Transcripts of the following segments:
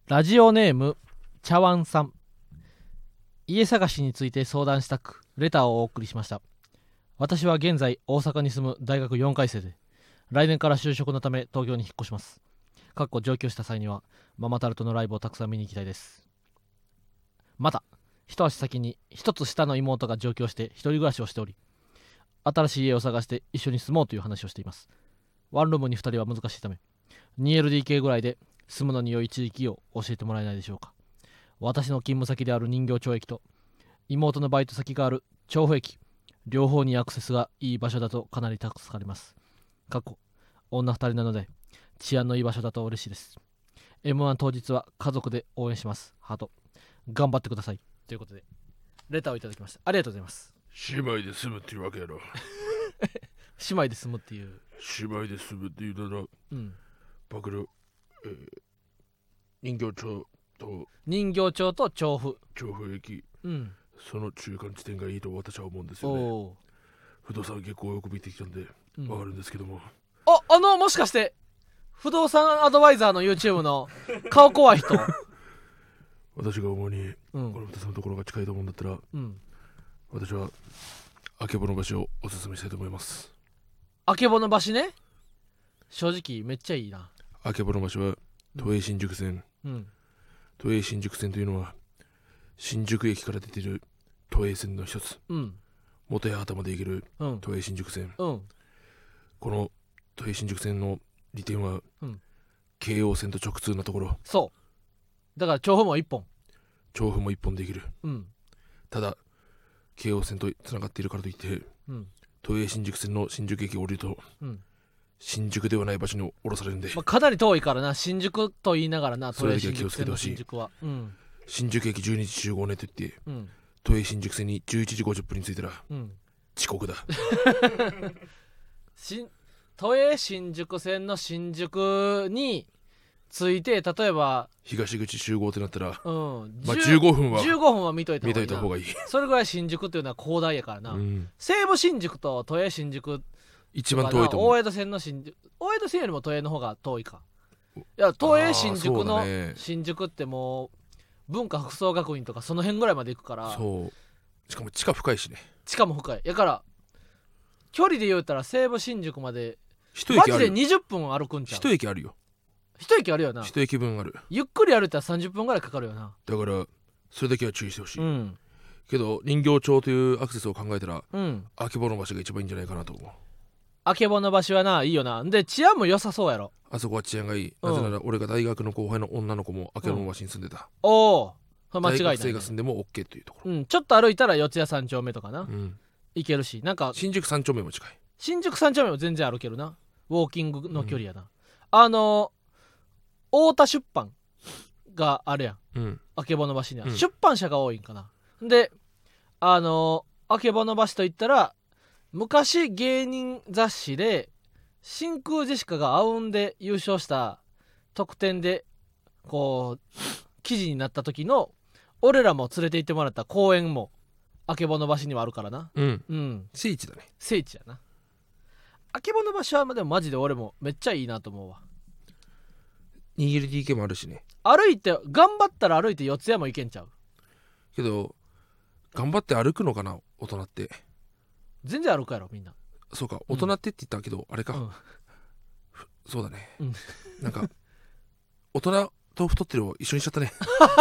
ラジオネーム茶碗さん。家探しについて相談したくレターをお送りしました。私は現在大阪に住む大学4回生で、来年から就職のため東京に引っ越します。上京した際にはママタルトのライブをたくさん見に行きたいです。また一足先に一つ下の妹が上京して一人暮らしをしており、新しい家を探して一緒に住もうという話をしています。ワンルームに2人は難しいため 2LDK ぐらいで住むのに良い一時期を教えてもらえないでしょうか。私の勤務先である人形町駅と妹のバイト先がある調布駅、両方にアクセスがいい場所だとかなり助かります。女2人なので治安のいい場所だと嬉しいです。 M1 当日は家族で応援します。ハート。頑張ってくださいということでレターをいただきました。ありがとうございます。 姉妹で住むっていうわけやろ。 姉妹で住むっていう、 姉妹で住むっていうなら、バクル、人形町と調布駅、その中間地点がいいと私は思うんですよね。不動産結構よく見てきたんでわかるんですけども、 もしかして不動産アドバイザーの YouTube の顔怖い人私が主にこの2つのところが近いと思うんだったら、私はあけぼの橋をおすすめしたいと思います。 あけぼの橋ね、正直めっちゃいいな。 あけぼの橋は都営新宿線、都営新宿線というのは新宿駅から出ている都営線の一つ、元八幡まで行ける都営新宿線、この都営新宿線の利点は、京王線と直通なところ。 そうだから調布も一本できる、ただ京王線とつながっているからといって、都営新宿線の新宿駅を降りると、新宿ではない場所に降ろされるんで、 かなり遠いからな、新宿と言いながらな。 それだけは気をつけてほしい。新宿駅12時集合ねと言って、都営新宿線に11時50分に着いたら、遅刻だ。 都営新宿線の新宿に着いて、例えば東口集合ってなったら、15分は見といた方がいい。 いい。 それぐらい新宿っていうのは広大やからな、西武新宿と都営新宿一番遠いと思う。 大江戸線よりも都営の方が遠いか。いや、都営新宿の新宿ってもう文化服装学院とかその辺ぐらいまで行くから。 しかも地下深いしね。 地下も深いやから、距離で言うたら西武新宿まで一駅あるよ。 マジで20分歩くんちゃう。 一駅あるよ。 一駅あるよな。 一駅分ある。 ゆっくり歩いたら30分ぐらいかかるよな。 だからそれだけは注意してほしい、けど人形町というアクセスを考えたら、あけぼの橋が一番いいんじゃないかなと思う。 あけぼの橋はないいよな。で治安も良さそうやろ。 あそこは治安がいい、なぜなら俺が大学の後輩の女の子もあけぼの橋に住んでた、 間違いない、 大学生が住んでも OK というところ、 ちょっと歩いたら四谷三丁目とかな、行けるし、なんか新宿三丁目も近い。 新宿三丁目も全然歩けるな。ウォーキングの距離やな、太田出版があるやん、あけぼの橋には、出版社が多いんかな。であけぼの橋といったら、昔芸人雑誌で真空ジェシカがあうんで優勝した特典でこう記事になった時の俺らも連れて行ってもらった公園もあけぼの橋にはあるからな。 聖地だね。 聖地やな。あけぼの橋はでもマジで俺もめっちゃいいなと思うわ。 2LDK もあるしね。 頑張ったら歩いて四谷も行けんちゃう。 けど頑張って歩くのかな、大人って。 全然歩くやろみんな。 そうか、大人って言ったけど、あれか、そうだね、なんか大人と太ってるを一緒にしちゃったね。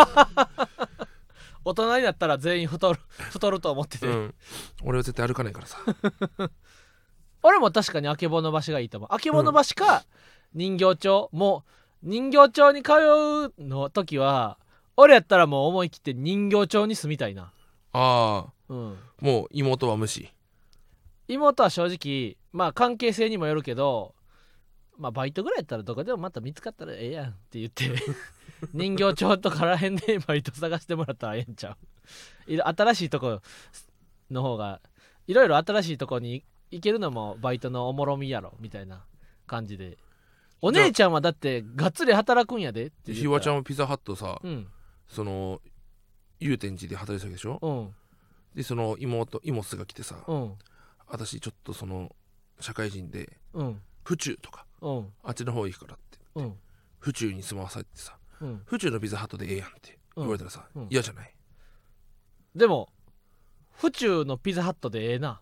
大人になったら全員太ると思ってて、 俺は絶対歩かないからさ。 俺も確かにあけぼの橋がいいと思う。あけぼの橋か人形町、もう人形町に通うの時は俺やったらもう思い切って人形町に住みたいな。 もう妹は無視。 妹は正直関係性にもよるけど、バイトぐらいやったらどこでもまた見つかったらええやんって言って人形町とからへんでバイト探してもらったらええんちゃう。新しいとこの方が、いろいろ新しいとこに行けるのもバイトのおもろみやろみたいな感じで。お姉ちゃんはだってがっつり働くんやでって。 ひわちゃんはピザハットさ、その祐天寺で働いてたわけでしょ、でその妹が来てさ、私ちょっとその社会人で、府中とか、あっちの方行くからって、府中に住まわされてさ、 府中のピザハットでええやんって言われたらさ、嫌じゃない？ でも府中のピザハットでええな。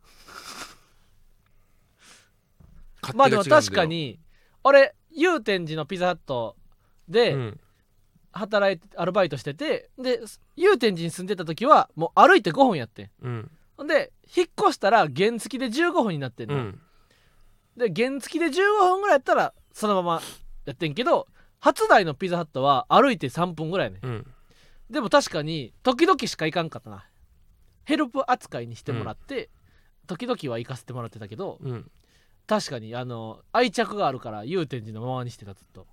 まあでも確かに俺祐天寺のピザハットで働いてアルバイトしてて、で祐天寺に住んでた時はもう歩いて5分やって、で引っ越したら原付で15分になってんの、で原付で15分ぐらいやったらそのままやってんけど、初台のピザハットは歩いて3分ぐらいね、でも確かに時々しか行かんかったな。ヘルプ扱いにしてもらって、時々は行かせてもらってたけど、確かに愛着があるから祐天寺のままにしてたずっと。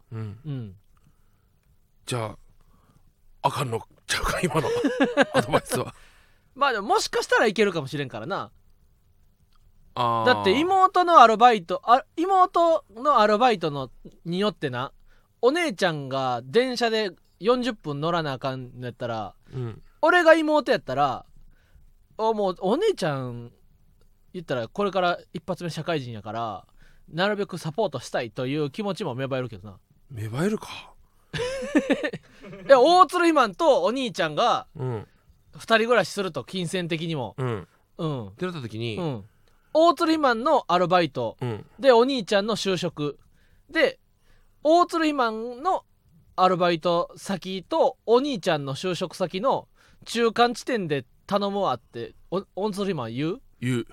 じゃああかんのちゃうか今のアドバイスは。 まあでももしかしたらいけるかもしれんからな。だって妹のアルバイトのによってな、お姉ちゃんが電車で40分乗らなあかんのやったら、俺が妹やったらもうお姉ちゃん言ったらこれから一発目社会人やからなるべくサポートしたいという気持ちも芽生えるけどな。 芽生えるか。 いや大鶴ひまんとお兄ちゃんが2人暮らしすると、金銭的にもってなった時に、 大鶴ひまんのアルバイト、でお兄ちゃんの就職で、大鶴ひまんのアルバイト先とお兄ちゃんの就職先の中間地点で頼むわって大鶴ひまん言う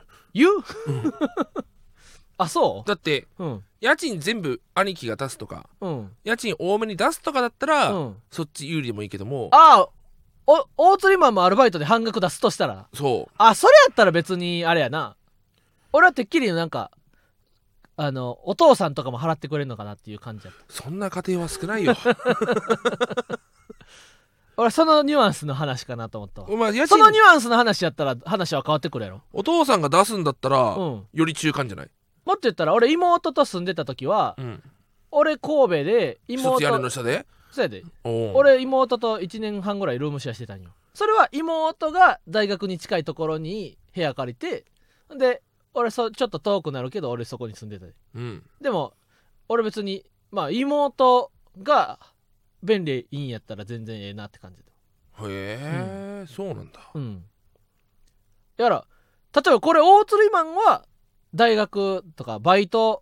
あ、そうだって、家賃全部兄貴が出すとか、家賃多めに出すとかだったら、そっち有利でもいいけども、 大釣りマンもアルバイトで半額出すとしたら、それやったら別にあれやな。俺はてっきりなんかお父さんとかも払ってくれるのかなっていう感じだった。 そんな家庭は少ないよ。 俺そのニュアンスの話かなと思ったわ。 そのニュアンスの話やったら話は変わってくるやろ。 お父さんが出すんだったら、より中間じゃない？ もっと言ったら俺妹と住んでた時は、俺神戸で一つ屋根の下で、 そうやで、俺妹と1年半ぐらいルームシェアしてたんよ。それは妹が大学に近いところに部屋借りて、で俺ちょっと遠くなるけど俺そこに住んでたで、でも俺別にまあ妹が便利いいんやったら全然ええなって感じだ。 へえ、そうなんだ。 やら例えばこれ大釣りマンは大学とかバイト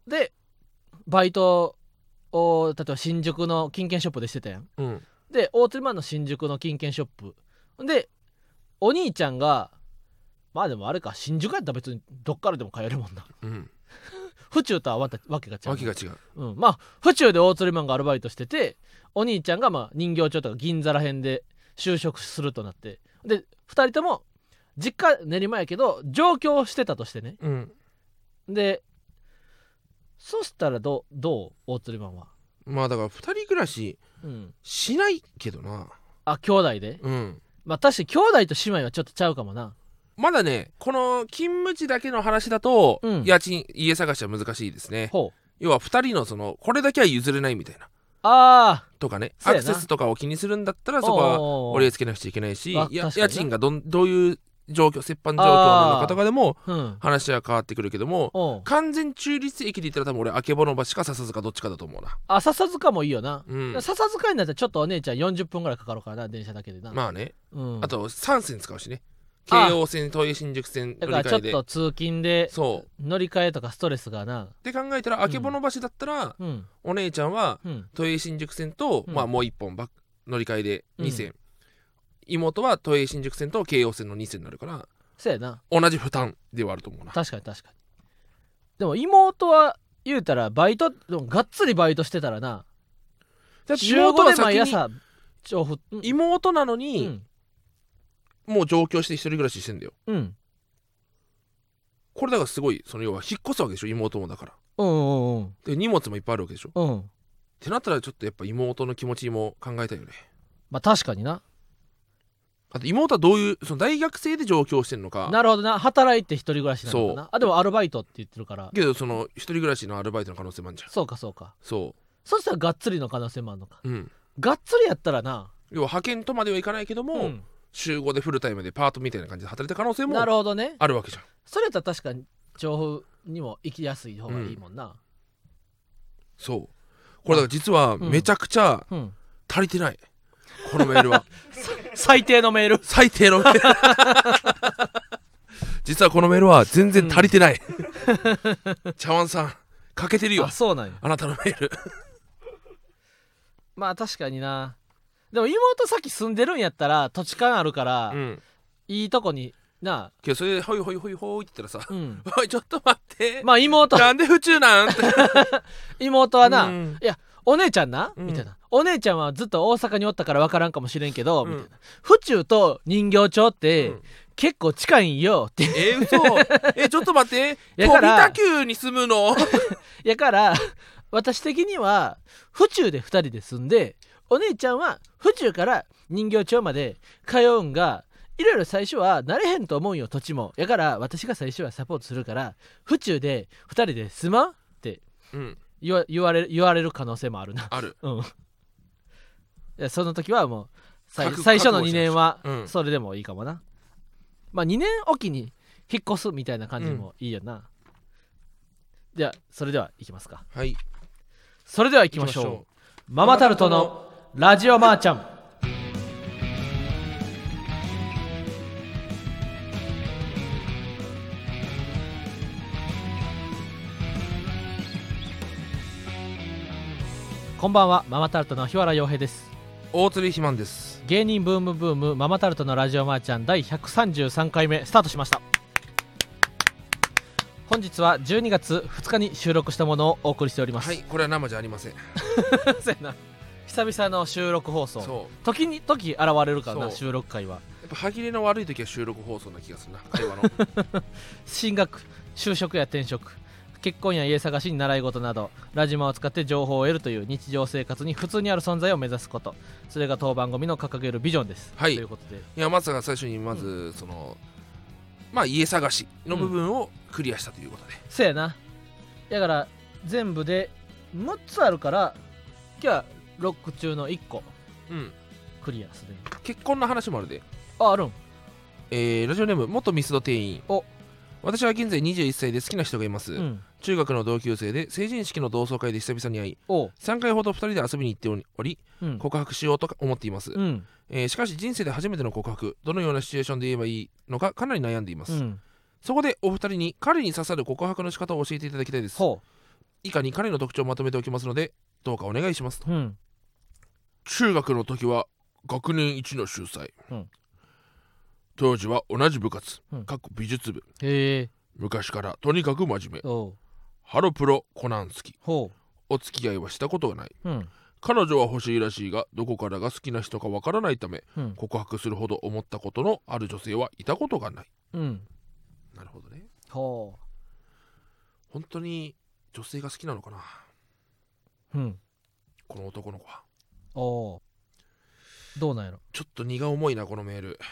を例えば新宿の金券ショップでしてたやん、で大釣りマンの新宿の金券ショップでお兄ちゃんがまあでもあれか、新宿やったら別にどっからでも買えるもんな、府中とはわけが違う。まあ府中で大釣りマンがアルバイトしてて、お兄ちゃんがまあ人形町とか銀座ら辺で就職するとなって、で2人とも実家練馬やけど上京してたとしてね、でそしたらどう大釣りマンは。 まあだから2人暮らししないけどな。 兄弟で、まあ確かに兄弟と姉妹はちょっとちゃうかもな。 まだね、この勤務地だけの話だと、家探しは難しいですね。要は2人のこれだけは譲れないみたいなとかね、アクセスとかを気にするんだったらそこは折り合いつけなくちゃいけないし、家賃がどういう状況、折半状況なのかとかでも話は変わってくるけども、完全中立駅で言ったら多分俺曙橋か笹塚どっちかだと思うな。 笹塚もいいよな、笹塚になったらちょっとお姉ちゃん40分ぐらいかかるからな、電車だけでな。 まあね、あと3線使うしね、京王線、都営新宿線乗り換えで、だからちょっと通勤で乗り換えとかストレスがなって考えたら、曙橋だったら、お姉ちゃんは都営新宿線と、まあもう1本乗り換えで2線、妹は都営新宿線と京王線の2線になるから、 そうやな、 同じ負担ではあると思うな。 確かに。でも妹は言うたらバイトでもがっつりバイトしてたらな、 だって妹は先に妹なのに、もう上京して一人暮らししてんだよ。これだからすごい、要は引っ越すわけでしょ、妹もだから。で荷物もいっぱいあるわけでしょ。ってなったらちょっとやっぱ妹の気持ちも考えたいよね。 まあ確かにな。 あと妹はどういう大学生で上京してんのか。 なるほどな、働いて一人暮らしなのかな。でもアルバイトって言ってるから。 けど一人暮らしのアルバイトの可能性もあるじゃん。 そうか。そしたらがっつりの可能性もあるのか。がっつりやったらな、 要は派遣とまではいかないけども、週5でフルタイムでパートみたいな感じで働いた可能性もあるわけじゃん。 それやったら確かに調布にも行きやすい方がいいもんな。 そう、これだから実はめちゃくちゃ足りてないこのメールは最低のメール最低のメール実はこのメールは全然足りてない、茶碗さん欠けてるよ。 あ、そうなんや。 あなたのメールまあ確かにな。でも妹先住んでるんやったら土地勘あるから、いいとこにな。 けどそれでホイホイホイホイって言ったらさ、おいちょっと待って、 まあ妹なんで府中なんって妹はな、いやお姉ちゃんな、みたいな。お姉ちゃんはずっと大阪におったから分からんかもしれんけど、みたいな。府中と人形町って、結構近いんよって嘘ちょっと待って飛田急に住むのやから私的には府中で2人で住んで、お姉ちゃんは府中から人形町まで通うんがいろいろ最初は慣れへんと思うよ、土地も。やから私が最初はサポートするから府中で2人で住まんって言われる可能性もあるな。 ある。 いやその時はもう最初の2年はそれでもいいかもな。まあ2年おきに引っ越すみたいな感じもいいよな。じゃあそれでは行きますか。 はい、 それでは行きましょう。ママタルトのラジオマーちゃん。こんばんは、ママタルトの日原洋平です。 大鶴ひまんです。 芸人ブームブームママタルトのラジオマーちゃん第133回目スタートしました。本日は12月2日に収録したものをお送りしております。 はい、これは生じゃありませんそうやな、久々の収録放送。 そう、 時現れるからな、収録回は。 やっぱ歯切れの悪い時は収録放送な気がするな、会話の進学、就職や転職、結婚や家探しに習い事などラジマを使って情報を得るという日常生活に普通にある存在を目指すこと、それが当番組の掲げるビジョンです。 はい、 ということで、 いや松さんが最初にまず、そのまあ家探しの部分をクリアしたということで、 そうやな。だから全部で6つあるから今日は6中の1個クリアする。 結婚の話もあるで。 あるん。 ラジオネーム元ミスド店員。私は現在21歳で好きな人がいます、中学の同級生で成人式の同窓会で久々に会い、3回ほど2人で遊びに行っており、告白しようと思っています、しかし人生で初めての告白、どのようなシチュエーションで言えばいいのかかなり悩んでいます、そこでお二人に彼に刺さる告白の仕方を教えていただきたいです。以下に彼の特徴をまとめておきますのでどうかお願いします、中学の時は学年一の秀才、当時は同じ部活、美術部。昔からとにかく真面目。ハロプロコナン好き。お付き合いはしたことがない、彼女は欲しいらしいがどこからが好きな人かわからないため、告白するほど思ったことのある女性はいたことがない、なるほどね。本当に女性が好きなのかな、この男の子は。 どうなんやろ。 ちょっと荷が重いなこのメール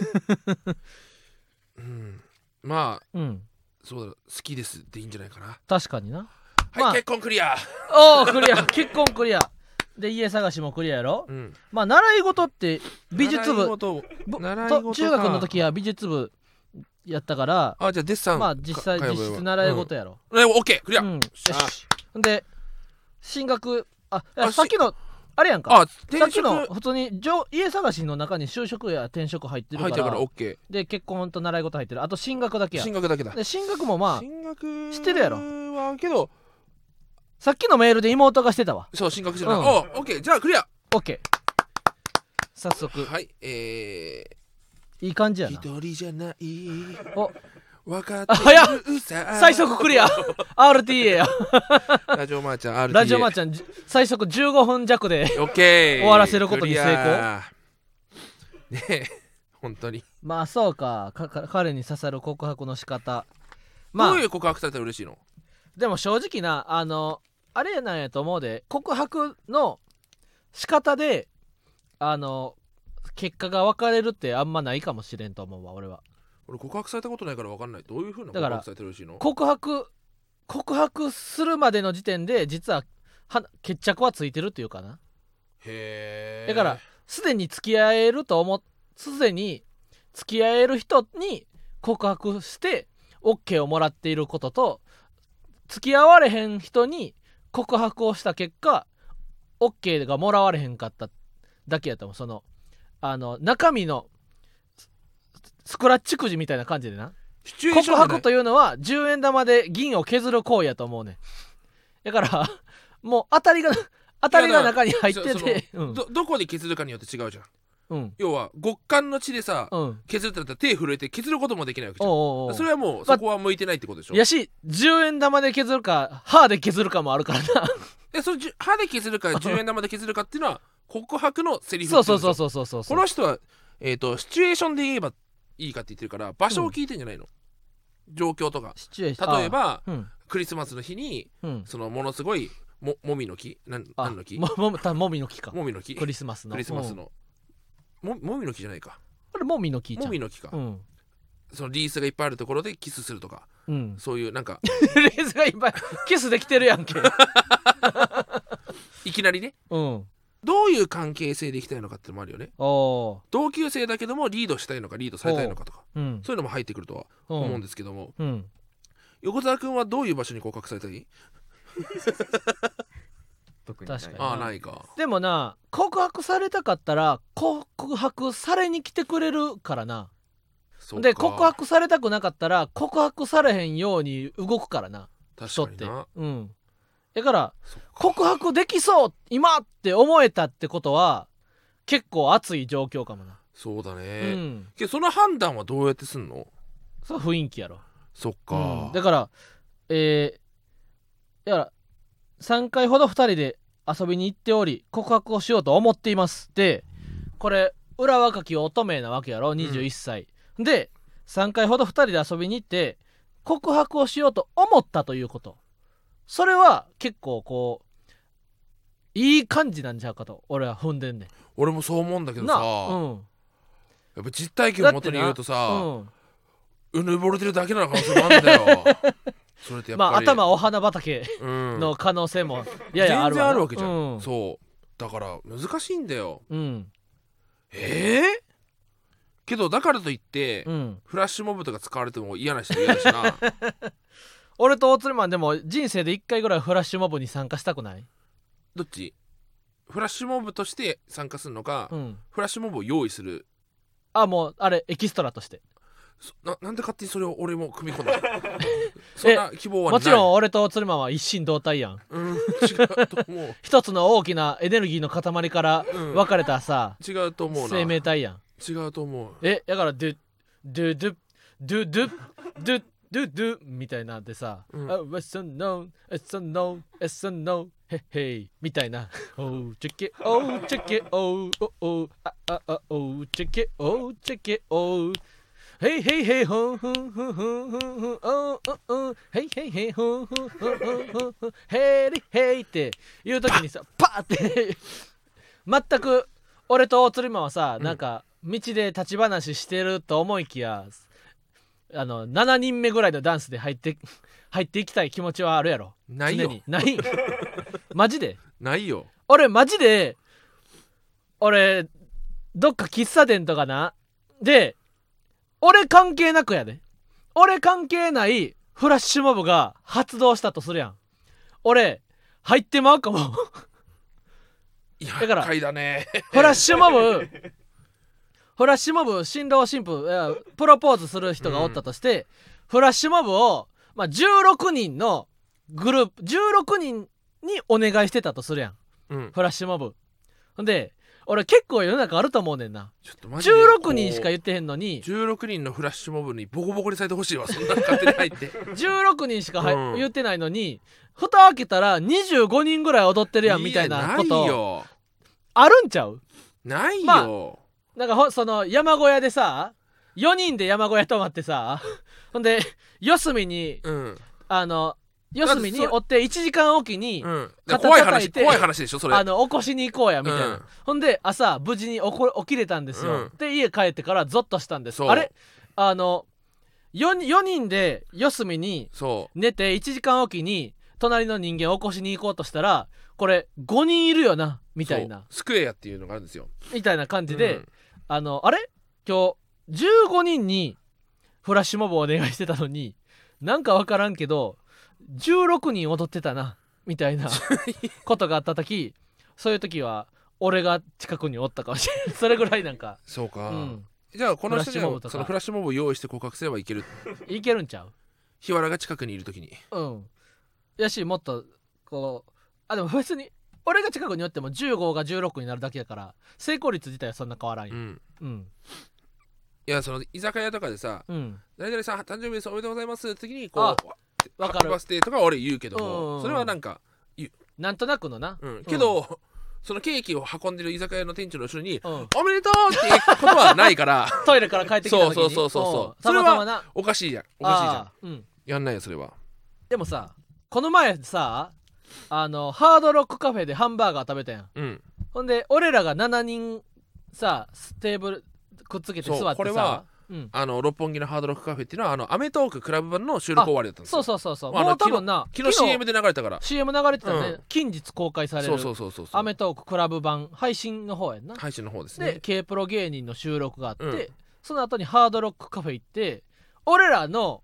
まあ、そうだ、好きですでいいんじゃないかな。 確かにな。 はい、結婚クリア。 クリア結婚クリアで家探しもクリアやろ。まあ習い事って美術部、中学の時は美術部やったから、 じゃあデッサン、 まあ実際実質習い事やろ。 オッケークリア。 よし。で進学、さっきのあれやんか、さっきの普通に家探しの中に就職や転職入ってるから、 OK で結婚と習い事入ってる。あと進学だけや。 進学だけだ。 で進学もまあ進学してるやろ。 けどさっきのメールで妹がしてたわ。 そう、進学してる。OK、じゃあクリア。 OK、 早速。 はい、 いい感じやな。 一人じゃないお分かってるさ。 最速クリアRTA やラジオマーちゃん RTA。 ラジオマーちゃん最速15分弱で終わらせることに成功ねえ、本当に。 まあそうか、彼に刺さる告白の仕方、 どういう告白されたら嬉しいの？ でも正直な、あれなんやと思うで、告白の仕方で結果が分かれるってあんまないかもしれんと思うわ。俺告白されたことないから分かんない。どういう風な告白されてる嬉しいの？ 告白するまでの時点で実は決着はついてるっていうかな。だからすでに付き合える人に告白して OK をもらっていることと、付き合われへん人に告白をした結果 OK がもらわれへんかっただけやと思う。その中身のスクラッチくじみたいな感じでな、告白というのは10円玉で銀を削る行為やと思うね。だからもう当たりが中に入ってて、 どこで削るかによって違うじゃん。要は極寒の地でさ、削るってなったら手震えて削ることもできないわけじゃん。それはもうそこは向いてないってことでしょ。 やし10円玉で削るか歯で削るかもあるからな。 それ歯で削るか10円玉で削るかっていうのは告白のセリフってことでしょ。そうこの人はシチュエーションで言えばいいかって言ってるから場所を聞いてんじゃないの、状況とか。例えばクリスマスの日にそのものすごいもみの木、何の木？もみの木か。もみの木。クリスマスのもみの木じゃないか。 あれもみの木じゃん。 もみの木か。そのリースがいっぱいあるところでキスするとか、そういうなんかリースがいっぱいキスできてるやんけ。 いきなりね。どういう関係性でいきたいのかってのもあるよね。同級生だけどもリードしたいのかリードされたいのかとか、そういうのも入ってくるとは思うんですけども、横澤君はどういう場所に告白されたい？ 特にない。確かにないか。 でもな、告白されたかったら告白されに来てくれるからな。で告白されたくなかったら告白されへんように動くからな。 確かにな。 だから告白できそう今って思えたってことは結構熱い状況かもな。 そうだね。けどその判断はどうやってすんの？ そう雰囲気やろ。 そっか。 だからだから3回ほど2人で遊びに行っており告白をしようと思っていますで、これ裏若き乙女なわけやろ、21歳、で3回ほど2人で遊びに行って告白をしようと思ったということ、それは結構こういい感じなんちゃうかと俺は踏んでんねん。 俺もそう思うんだけどさ、やっぱ実体験を元に言うとさ、うぬぼれてるだけな可能性もあるんだよ。それってやっぱり頭お花畑の可能性もややあるわな。 全然あるわけじゃん。そうだから難しいんだよ。けどだからといって、フラッシュモブとか使われても嫌な人嫌だしな。 俺と大鶴マンでも人生で1回ぐらいフラッシュモブに参加したくない？ どっち？フラッシュモブとして参加するのか、フラッシュモブを用意する。 もうあれエキストラとして。 なんで勝手にそれを俺も組み込んだそんな希望はない。 もちろん俺と鶴間は一心同体やん。 違うと思う。 一つの大きなエネルギーの塊から分かれたさ、 違うと思うな。 生命体やん。 違うと思う。 だからドゥドゥドゥドゥドゥドゥドゥドゥみたいなんでさ、It's a no, it's a no, it's a no, hey hey みたいな。Oh check it, oh check it, oh oh oh check it, oh check it, oh Hey hey hey ho ho ho ho ho oh oh hey hey hey ho ho ho ho ho hey hey っていう時にさパーって全く俺と大鶴マンはさ、なんか道で立ち話してると思いきや7人目ぐらいのダンスで入っていきたい気持ちはあるやろ。 ないよ。 ないマジでないよ。 俺マジでどっか喫茶店とかなで俺関係なくやで、俺関係ないフラッシュモブが発動したとするやん、俺入ってまうかも。 だからフラッシュモブ新郎新婦プロポーズする人がおったとして、フラッシュモブを、16人のグループ16人にお願いしてたとするやん、フラッシュモブほんで俺結構世の中あると思うねんな。ちょっとマジで16人しか言ってへんのに 16人のフラッシュモブにボコボコにされてほしいわ。そんな勝手に入って 16人しか言ってないのに蓋開けたら25人ぐらい踊ってるやんみたいなことあるんちゃう？ ないよ。 なんかその山小屋でさ4人で山小屋泊まってさほんで四隅に四隅におって1時間おきに肩叩いて、 怖い話でしょそれ。 起こしに行こうやみたいな、ほんで朝無事に起きれたんですよ、で家帰ってからゾッとしたんです。あれ4人で四隅に寝て1時間おきに隣の人間を起こしに行こうとしたらこれ5人いるよなみたいな、 スクエアっていうのがあるんですよみたいな感じで、あれ今日15人にフラッシュモブをお願いしてたのになんか分からんけど16人踊ってたなみたいなことがあった時そういう時は俺が近くにおったかもしれないそれぐらいなんかそうか、じゃあこの人にはそのフラッシュモブを用意して告白すればいけるいけるんちゃう。 日原が近くにいる時にやしもっとこうでも別に俺が近くにおっても15が16になるだけだから成功率自体はそんな変わらんよ。 いやその居酒屋とかでさ誰々さん誕生日ですおめでとうございますって時にこうわかるハッピーバースデーとか俺言うけどもそれはなんかなんとなくのなけどそのケーキを運んでる居酒屋の店長の後ろにおめでとうっていうことはないからトイレから帰ってきた時にそうそれはおかしいじゃんやんないよそれは。 でもさこの前さハードロックカフェでハンバーガー食べたやん、ほんで俺らが7人さテーブルくっつけて座ってさこれは六本木のハードロックカフェっていうのはアメトーーククラブ版の収録終わりだったんですよ。 そうもう多分な昨日 CM で流れたから CM 流れてたね、近日公開されるアメトーーククラブ版配信の方やんな。 配信の方ですね。 で K プロ芸人の収録があって、その後にハードロックカフェ行って俺らの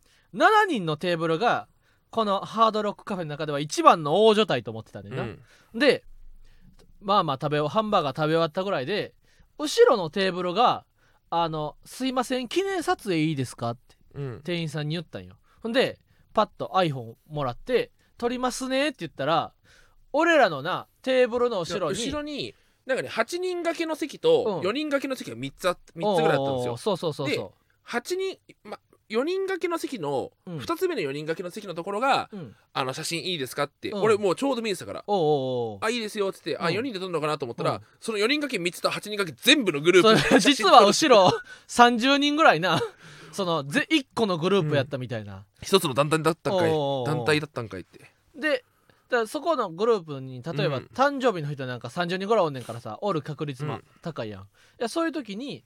7人のテーブルがこのハードロックカフェの中では一番の大所帯と思ってたねんな、でハンバーガー食べ終わったぐらいで後ろのテーブルがすいません記念撮影いいですかって、店員さんに言ったんよ。ほんでパッと iPhone もらって撮りますねって言ったら俺らのなテーブルの後ろになんかね8人掛けの席と4人掛けの席が3つぐらいあったんですよ。 そうで8人4人掛けの席の2つ目の4人掛けの席のところが写真いいですかって俺もうちょうど見えてたからいいですよっつって4人で撮るのかなと思ったらその4人掛け3つと8人掛け全部のグループ実は後ろ30人ぐらいなその1個のグループやったみたいな一つの団体だったんかいってでだからそこのグループに例えば誕生日の人なんか30人ぐらいおんねんからさおる確率も高いやん。いやそういう時に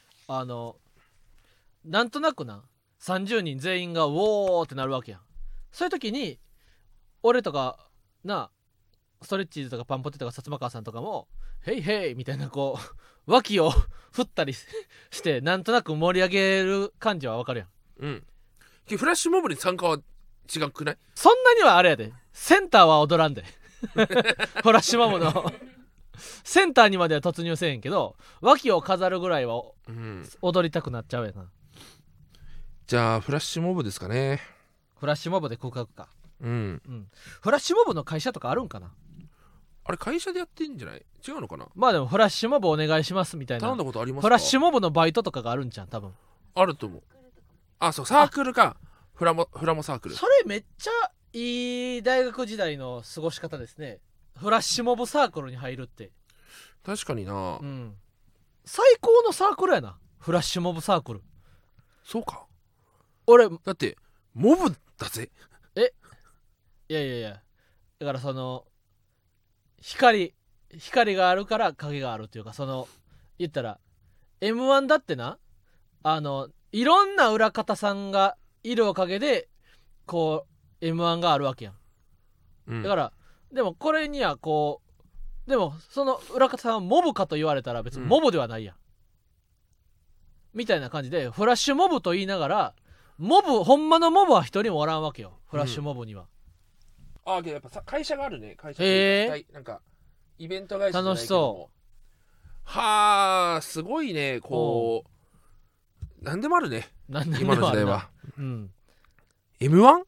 なんとなくな30人全員がウォーってなるわけやん。そういう時に俺とかなストレッチーズとかパンポテとか薩摩川さんとかもヘイヘイみたいなこう脇を振ったりしてなんとなく盛り上げる感じはわかるやん。 フラッシュモブに参加は違くない？ そんなにはあれやでセンターは踊らんでフラッシュモブのセンターにまでは突入せえへんけど脇を飾るぐらいは踊りたくなっちゃうやな。 じゃあフラッシュモブですかね。 フラッシュモブで告白か。フラッシュモブの会社とかあるんかな。 あれ会社でやってんじゃない？違うのかな。 まあでもフラッシュモブお願いしますみたいな頼んだことありますか？ フラッシュモブのバイトとかがあるんじゃん多分。 あると思う。そうサークルかフラモサークル。それめっちゃいい大学時代の過ごし方ですね。フラッシュモブサークルに入るって確かにな、 最高のサークルやなフラッシュモブサークル。 そうか。 俺だってモブだぜ。 いやだからその光があるから影があるっていうかその言ったら M1 だってないろんな裏方さんがいるおかげでこう M1 があるわけやん、だからでもこれにはこうでもその裏方さんはモブかと言われたら別にモブではないやん、みたいな感じでフラッシュモブと言いながらほんまのモブは一人もおらんわけよフラッシュモブには。 けどやっぱ会社があるね。会社なんかイベント会社じゃないけども楽しそうはあすごいねこう何でもあるね今の時代は。M1？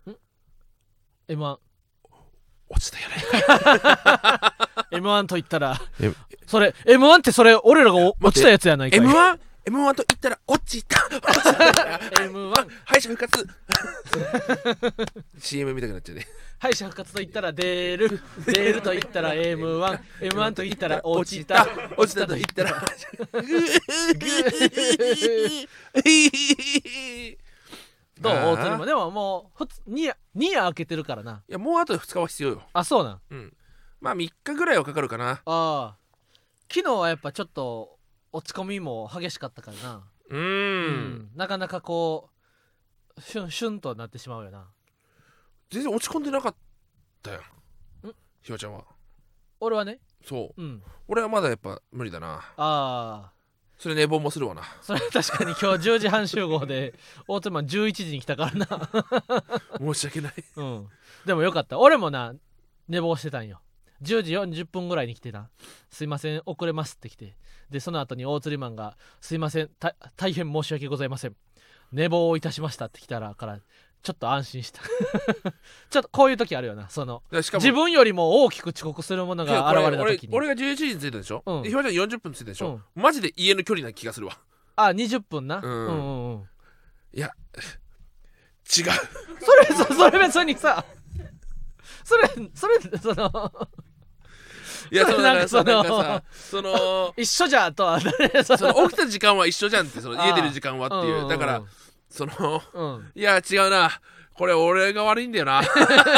M1 落ちたやないか M1 と言ったらそれ M1 ってそれ俺らが落ちたやつやないかい。 M1 と言ったら落ちた M1 敗者復活CM 見たくなっちゃうね。 敗者復活と言ったら出ると言ったら M1 と言ったら落ちたと言ったらどう大津にもでももう2夜開けてるからな。 いやもうあと2日は必要よ。 そうなん。 まあ3日ぐらいはかかるかな。 昨日はやっぱちょっと落ち込みも激しかったからな。なかなかこうシュンとなってしまうよな。 全然落ち込んでなかったよひわちゃんは。 俺はねそう、俺はまだやっぱ無理だな。それ寝坊もするわな。 それ確かに今日10時半集合で大津マン11時に来たからな申し訳ないでもよかった。俺もな寝坊してたんよ。 10時40分ぐらいに来てな、すいません遅れますって来て、でその後に大釣りマンがすいません大変申し訳ございません、寝坊いたしましたって来たらからちょっと安心したちょっとこういう時あるよな、その自分よりも大きく遅刻するものが現れた時に。 俺が11時に着いたでしょ、うん、でひわちゃん40分着いたでしょ、うん、マジで家の距離な気がするわ。 あ、20分な、 いや違うそれ別にさそれそのいやなんかさ一緒じゃんとはその起きた時間は一緒じゃんって、その家出る時間はっていう、だからいや違うな、これ俺が悪いんだよな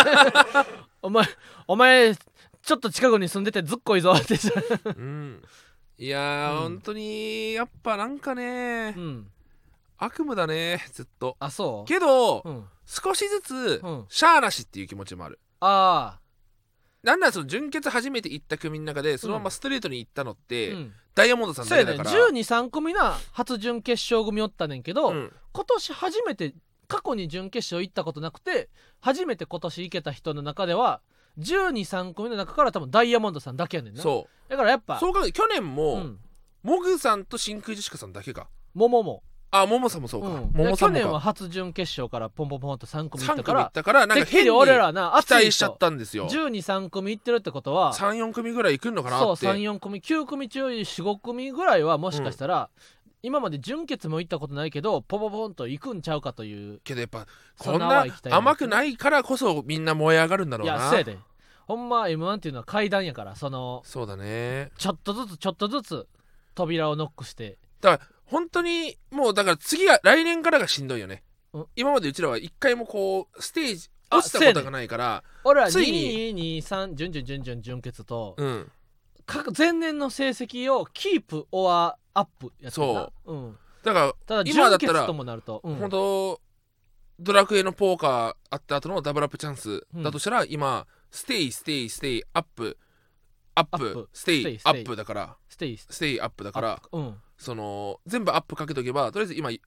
お前ちょっと近くに住んでてずっこいぞっていや本当にやっぱなんかね、悪夢だねずっと。 あ、そうけど、少しずつ、シャーなしっていう気持ちもある。なんならその準決初めて行った組の中でそのままストレートに行ったのって、ダイヤモンドさんだけだから、 そうやね、12、3組な初準決勝組おったねんけど、今年初めて、過去に準決勝行ったことなくて初めて今年行けた人の中では12、3組の中から多分ダイヤモンドさんだけやねんな。 そうだからやっぱそうか、去年も、モグさんと真空ジェシカさんだけか。 モモさんもそうか、 去年は初準決勝からポンポンポンと3組行ったからなんか変に俺らな期待しちゃったんですよ。 12、3組行ってるってことは 3、4組ぐらい行くのかなって。 そう、3、4組9組中4、5組ぐらいはもしかしたら、今まで準決も行ったことないけどポポポンと行くんちゃうかという。 けどやっぱこんな甘くないからこそみんな燃え上がるんだろうな。 いや、せやで、ほんま M1 っていうのは階段やから、 そうだね、 ちょっとずつ扉をノックして、 だから本当にもうだから次が来年からがしんどいよね。今までうちらは一回もこうステージ落ちたことがないから、 俺ら2、2、3準決と、前年の成績をキープオアアップやってた。 そう、だから今だったら本当ドラクエのポーカーあった後のダブルアップチャンスだとしたら、今ステイアップステイアップだからステイアップだから、その全部アップかけとけばとりあえず今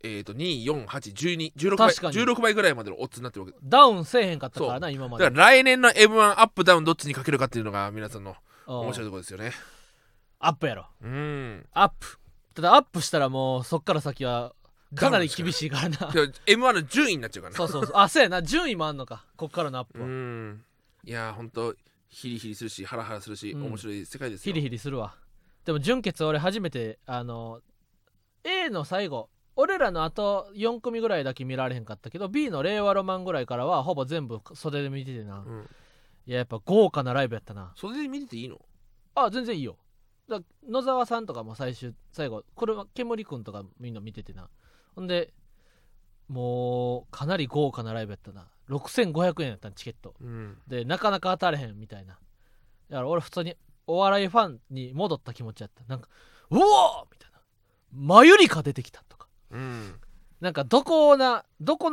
2、4、8、12、16倍ぐらいまでのオッズになってるわけ。 ダウンせえへんかったからな今まで。 だから来年の M1 アップダウンどっちにかけるかっていうのが皆さんの面白いところですよね。 アップやろ。アップ。ただアップしたらもうそっから先はかなり厳しいからな。 M1 の順位になっちゃうからな。 そうあ、そうやな、順位もあんのか、こっからのアップは。 いやほんとヒリヒリするしハラハラするし、面白い世界ですよ。 ヒリヒリするわ。でも準決俺初めてA の最後俺らのあと4組ぐらいだけ見られへんかったけど B の令和ロマンぐらいからはほぼ全部袖で見ててな、いややっぱ豪華なライブやったな。 袖で見てていいの？ あ、全然いいよ。野沢さんとかも最後これは煙くんとかみんな見ててな。ほんでもうかなり豪華なライブやったな。6500円やったんチケット、でなかなか当たれへんみたいな。だから俺普通にお笑いファンに戻った気持ちやった。なんかうおーみたいな、マユリカ出てきたとか、なんかどこの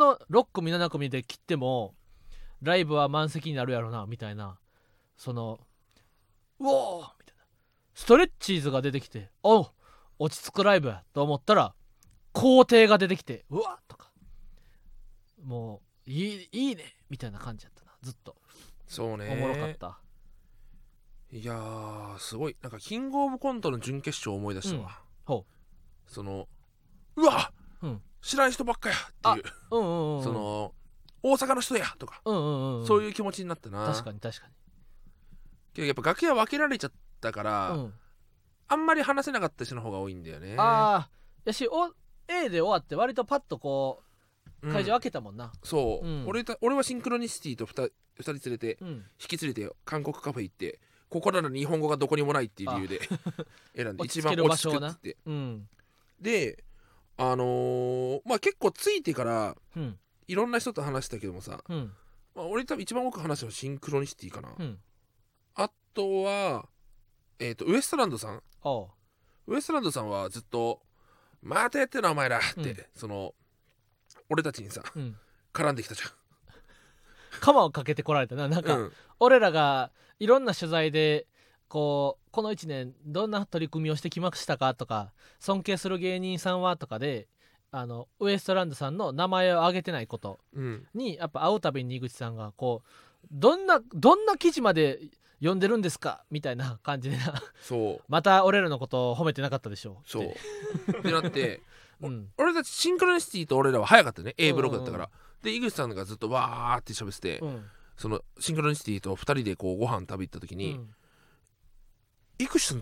6組7組で切ってもライブは満席になるやろなみたいな、うおーみたいな。ストレッチーズが出てきて落ち着くライブやと思ったら皇帝が出てきてうわっとか、もういいねみたいな感じやったなずっと。 そうね、 おもろかった。 いやーすごい、なんかキングオブコントの準決勝を思い出したわ、そのうわ、知らん人ばっかやっていう、その大阪の人やとか、そういう気持ちになったな。 確かにけどやっぱ楽屋分けられちゃったから、あんまり話せなかった人の方が多いんだよね。 やし A で終わって割とパッとこう会場開けたもんな。 そう、俺はシンクロニシティと2人連れて、引き連れて韓国カフェ行って、ここなら日本語がどこにもないっていう理由で選んで一番落ち着くって、でまあ結構ついてから、いろんな人と話したけどもさ、俺多分一番多く話したのはシンクロニシティかな、あとはウエストランドさん。ウエストランドさんはずっとまたやってるなお前らって、その俺たちにさ、絡んできたじゃん。 鎌をかけてこられたな。なんか、俺らがいろんな取材でこの1年どんな取り組みをしてきましたかとか、尊敬する芸人さんはとかでウエストランドさんの名前を挙げてないことに、やっぱ会うたびに井口さんがこうどんな記事まで読んでるんですかみたいな感じでなそうまた俺らのことを褒めてなかったでしょそうってなって、俺たちシンクロニシティと俺らは早かったね A ブロックだったから、で井口さんがずっとわーって喋ってて、そのシンクロニシティと2人でこうご飯食べ行った時に、井口さんって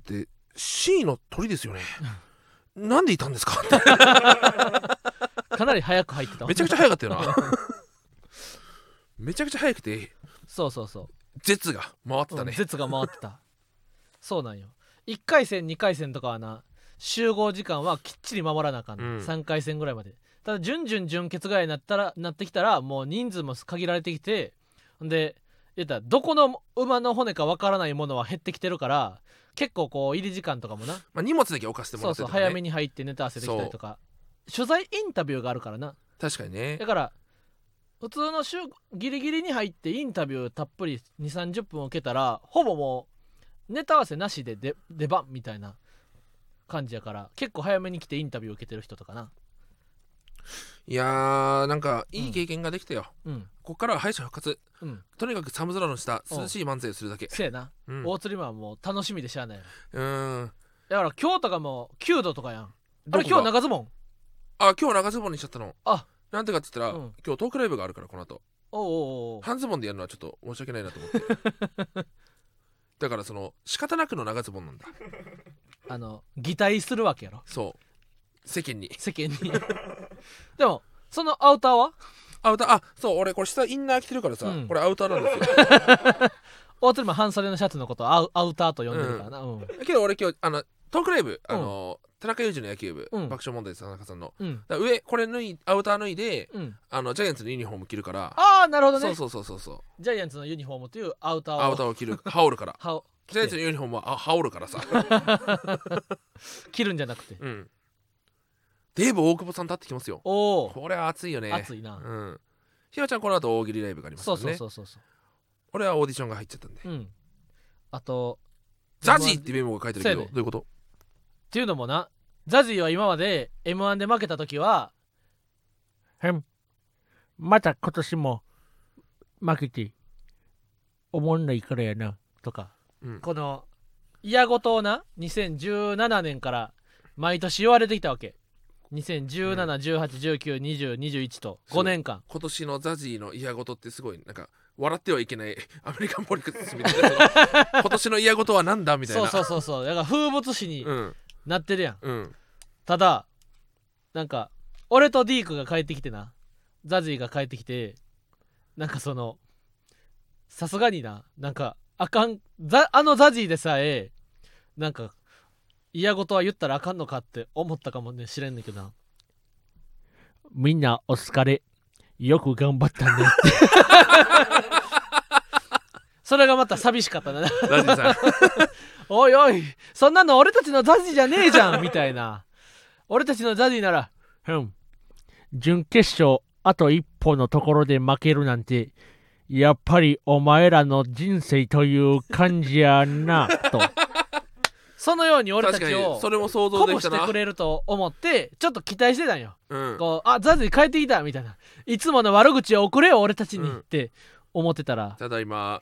C の鳥ですよねなんでいたんですかかなり早く入ってためちゃくちゃ早かったよなめちゃくちゃ早くてそうそうそう絶が回ってたね、 絶が回ってたそうなんよ1回戦2回戦とかはな集合時間はきっちり守らなあかん、3回戦ぐらいまで。ただ準々準決ぐらいになってきたらもう人数も限られてきて、で言ったらどこの馬の骨かわからないものは減ってきてるから結構こう入り時間とかもな、 荷物だけ置かせてもらってた、ね、 そう早めに入ってネタ合わせできたりとか取材インタビューがあるからな。 確かにね。 だから普通のギリギリに入ってインタビューたっぷり 2,30 分受けたらほぼもうネタ合わせなしで出番みたいな感じやから、結構早めに来てインタビュー受けてる人とかな。 いやーなんかいい経験ができたよ、こっからは敗者復活、とにかく寒空の下涼しい漫才をするだけ。 せやな、大釣りマンも楽しみでしゃあない。だから今日とかも9度とかやん。あれ今日長ズボン？ あ、今日長ズボンにしちゃったの。 あ、 なんてかって言ったら、今日トークライブがあるからこの後半ズボンでやるのはちょっと申し訳ないなと思ってだからその仕方なくの長ズボンなんだ擬態するわけやろ。 そう世間にでもそのアウターはそう俺これ下インナー着てるからさ、これアウターなんですよ大鶴マン半袖のシャツのことをアウターと呼んでるからな、 けど俺今日トークライブ田中裕二の野球部、爆笑問題田中さんの、上これアウター脱いで、ジャイアンツのユニフォーム着るから。 ああなるほどね。 そうジャイアンツのユニフォームというアウターを着る羽織るからジャイアンツのユニフォームは羽織るからさ着るんじゃなくて、 デーブ大久保さん立ってきますよ。これは熱いよね。 熱いな。 ひわちゃんこの後大喜利ライブがありますからね。 そう俺はオーディションが入っちゃったんで、 あとザジーってメモが書いてるけど、どういうことっていうのもな、ザジーは今まで M1 で負けた時はまた今年も負けておもんないからやなとか、この嫌ごとをな2017年から毎年言われてきたわけ。2017、18、19、20、21と5年間。 今年のザジーの嫌ごとってすごいなんか笑ってはいけないアメリカンポリクスみたいな今年の嫌ごとはなんだみたいな。 そうだから風物詩になってるやん、ただなんか俺とディークが帰ってきてな、ザジーが帰ってきて、なんかそのさすがになんかあかんザジーでさえなんか嫌ごとは言ったらあかんのかって思ったかもね知れんねんけどな。みんなお疲れ、よく頑張ったねってそれがまた寂しかったなザジーさんおいおいそんなの俺たちのザジーじゃねえじゃんみたいな。俺たちのザジーなら準決勝あと一歩のところで負けるなんてやっぱりお前らの人生という感じやなとそのように俺たちをそれも想像できたな、 鼓舞してくれると思ってちょっと期待してたんよ、こうザジー帰ってきたみたいな、いつもの悪口を送れよ俺たちにって思ってたら、 ただいま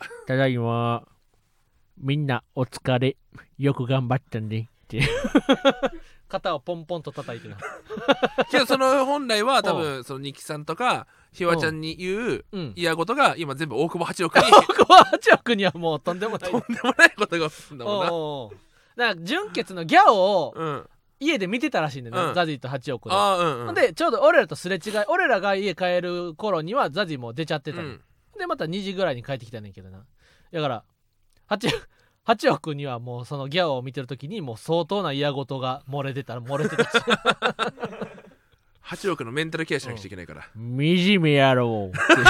みんなお疲れ、よく頑張ったねって肩をポンポンと叩いてなけどその本来は多分そのニキさんとかひわちゃんに言う嫌事が今全部大久保八億に大久保八億にはもうとんでもないことが起きるんだもんな。 だから純潔のギャオを家で見てたらしいんだよね、ザジーと8億で、でちょうど俺らとすれ違い、俺らが家帰る頃にはザジーも出ちゃってたの、でまた2時ぐらいに帰ってきたねんけどな。だから8億にはもうそのギャオを見てる時にもう相当な嫌事が漏れてたし 8億のメンタルケアしなきゃいけないから、 惨めやろうって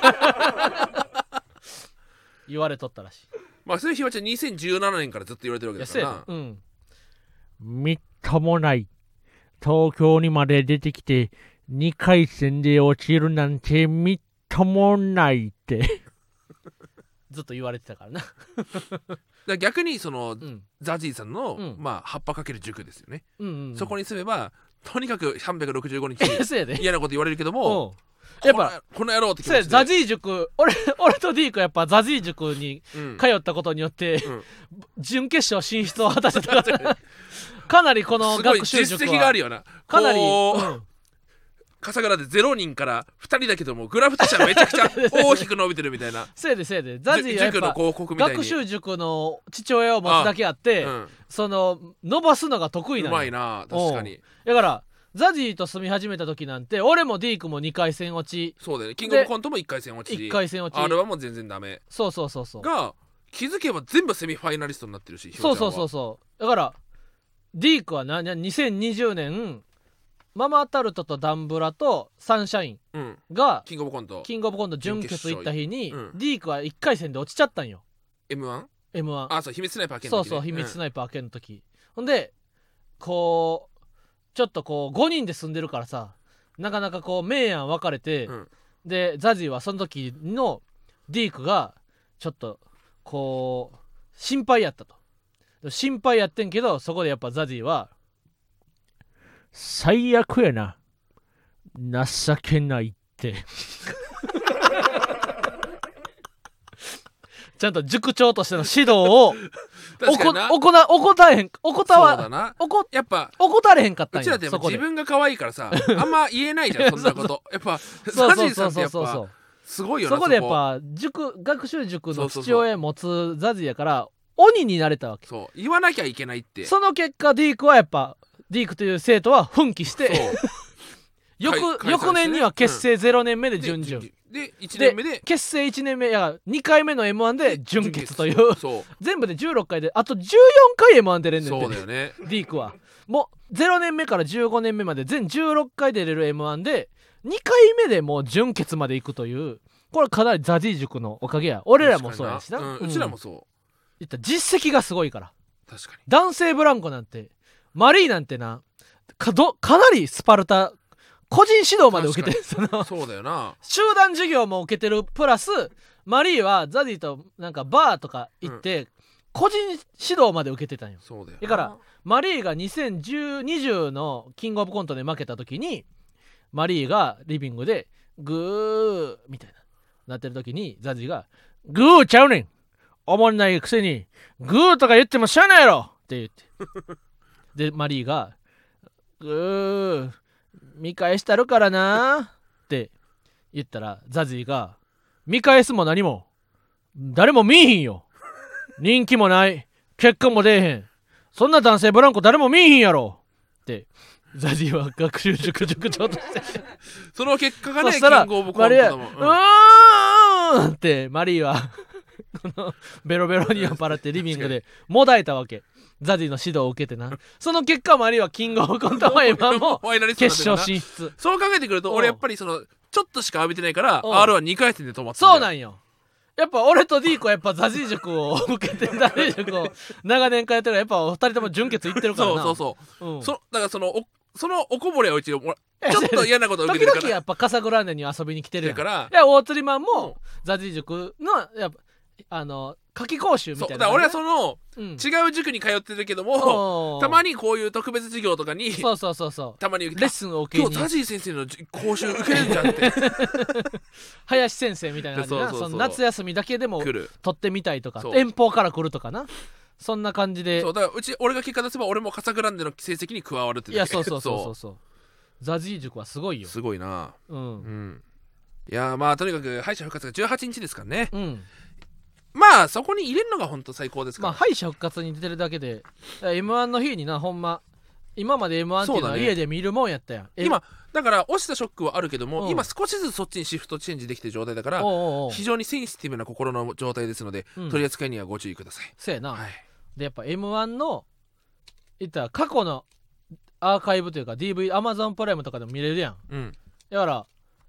言われとったらしい。 まあそれひわちゃん2017年からずっと言われてるわけだからな。 みっともない、東京にまで出てきて2回戦で落ちるなんてみっともないってずっと言われてたからなだ逆にその、ザジーさんの、まあ葉っぱかける塾ですよね、そこに住めばとにかく365日嫌なこと言われるけどもやっぱこの野郎って気持ちでザジー塾俺とディークやっぱザジー塾に通ったことによって、準決勝進出を果たせたからかなりこの学習塾はすごい実績があるよな。 かなり笠倉で0人から2人だけどもグラフとしてはめちゃくちゃ大きく伸びてるみたいな。 せいでザジーはやっぱ塾の広告みたいに学習塾の父親を持つだけあって、その伸ばすのが得意なの。 うまいな確かに。 だからザジーと住み始めた時なんて俺もディークも2回戦落ち。 そうだよね。キングオブコントも1回戦落ち。 1回戦落ち。 R1も全然ダメ。 そうが気づけば全部セミファイナリストになってるし。 そうだからディークは2020年ママタルトとダンブラとサンシャインが、 キングオブコント準決行った日に、ディークは1回戦で落ちちゃったんよ。 M1？ あ、 そう、秘密スナイパー系の時、ね、 そう秘密スナイパー系の時、ほんでこうちょっとこう5人で住んでるからさ、なかなかこう明暗分かれて、でザジーはその時のディークがちょっとこう心配やったと。心配やってんけど、そこでやっぱザジーは最悪やな、情けないってちゃんと塾長としての指導を怠れへんかったんや。 うちらってやっぱ自分が可愛いからさあんま言えないじゃんそんなことやっぱザジーさんってやっぱすごいよな。 そこでやっぱ学習塾の父親持つザジーやから鬼になれたわけ。 そう言わなきゃいけないって。 その結果ディークはやっぱディークという生徒は奮起して翌年には結成0年目で準々 で1年目で結成1年目や2回目の M1 で準決という全部で16回であと14回 M1 出れんねんて。 そうだよね。 ディークはもう0年目から15年目まで全16回出れる M1 で2回目でもう準決まで行くという、これかなりザジー塾のおかげや。俺らもそうやしな、 うちらもそういった実績がすごいから。 確かに男性ブランコなんてマリーなんてなかなりスパルタ個人指導まで受けてる。 そうだよな。 集団授業も受けてるプラスマリーはザディとなんかバーとか行って、個人指導まで受けてたんよ。 そうだよ。 だからマリーが2020のキングオブコントで負けた時にマリーがリビングでグーみたいなってる時にザディがグーちゃうねん、おもんないくせにグーとか言ってもしゃあないやろって言ってでマリーがグー見返したるからなって言ったらザジーが見返すも何も誰も見えへんよ、人気もない結果も出えへん、そんな男性ブランコ誰も見えへんやろってザジーは学習塾長としてその結果がね、 そしたらキングオブコントだもん。 うーんってマリーはこのベロベロに酔っ払ってリビングでもだえたわけ。ザディの指導を受けてな。その結果マリーはキングオブコントも今も決勝進出。 そう考えてくると俺やっぱりそのちょっとしか浴びてないから R は2回戦で止まってる。 そうなんよ。やっぱ俺とディーコはやっぱザジー塾を受けてザジー塾を長年通ってるからやっぱお二人とも準決いってるからな。 そう、だからそのおこぼれを一応ちょっと嫌なことを受けてるから時々やっぱカサグランデに遊びに来てるやん。 だからいや大釣りマンもザジー塾のやっぱ夏季講習みたいな、ね、 そうだから俺はその、違う塾に通ってるけどもたまにこういう特別授業とかにそうたまにレッスンを受けに今日ザジー先生の講習受けるんじゃんって林先生みたいな感じな。その夏休みだけでも取ってみたいとか遠方から来るとかな、そんな感じで。 そうだから俺が結果出せば俺もカサグランデの成績に加わるって。 いやそうザジー塾はすごいよ。 すごいな。いやまあとにかく敗者復活が18日ですからね。まあそこに入れるのが本当最高ですから。 まあ敗者復活に出てるだけで M1 の日にな、ほんま今まで M1 っていうのは家で見るもんやったやん。 今だから落ちたショックはあるけども、今少しずつそっちにシフトチェンジできてる状態だから非常にセンシティブな心の状態ですので、取り扱いにはご注意ください。 そうやな、でやっぱ M1 の言ったら過去のアーカイブというか DVD Amazon プライムとかでも見れるやん。だから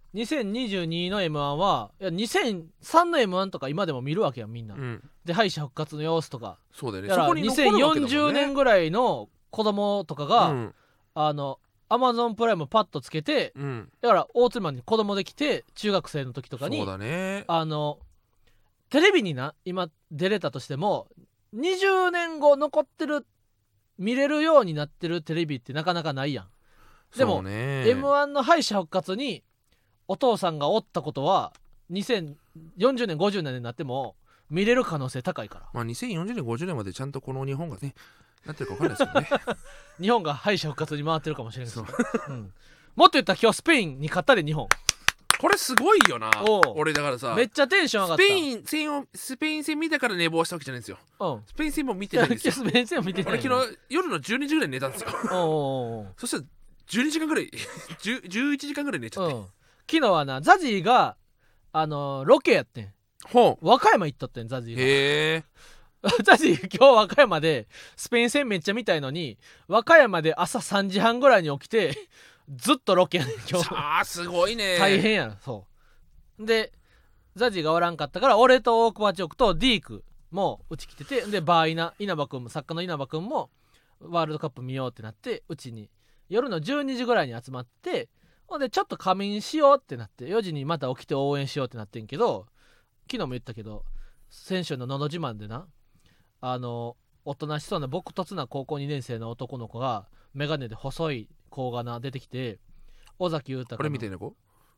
2022の M1 はいや2003の M1 とか今でも見るわけやんみんな、で敗者復活の様子とか。 そうだよね。 だから2040年ぐらいの子供とかが、Amazon プライムパッとつけて、だから大津マンに子供できて中学生の時とかにそうだね、 テレビにな今出れたとしても20年後残ってる見れるようになってるテレビってなかなかないやん。でも M1 の敗者復活にお父さんがおったことは2040年50年になっても見れる可能性高いから。 まあ2040年50年までちゃんとこの日本がねなってるか分かんないですけどね日本が敗者復活に回ってるかもしれないです、うん、もっと言ったら今日スペインに勝ったで日本。 これすごいよな。俺だからさめっちゃテンション上がった。 スペイン戦見たから寝坊したわけじゃないんですよ、 うん、 スペイン戦も見てないんですよスペイン戦も見てない。 俺昨日夜の12時ぐらいに寝たんですよそしたら12時間ぐらい11時間ぐらい寝ちゃって、 昨日はなザジーがロケやってん。和歌山行っとってんザジーが。 へえザジー今日和歌山でスペイン戦めっちゃ見たいのに和歌山で朝3時半ぐらいに起きてずっとロケやねん今日。 すごいね。 大変やな。そうでザジーがおらんかったから俺と大久保チョクとディークもうち来てて、でバー稲葉くんも作家の稲葉くんもワールドカップ見ようってなってうちに夜の12時ぐらいに集まって、ほんでちょっと仮眠しようってなって4時にまた起きて応援しようってなってんけど、昨日も言ったけど先週ののど自慢でなおとなしそうな朴突な高校2年生の男の子がメガネで細い子がな出てきて、尾崎豊これみたいな子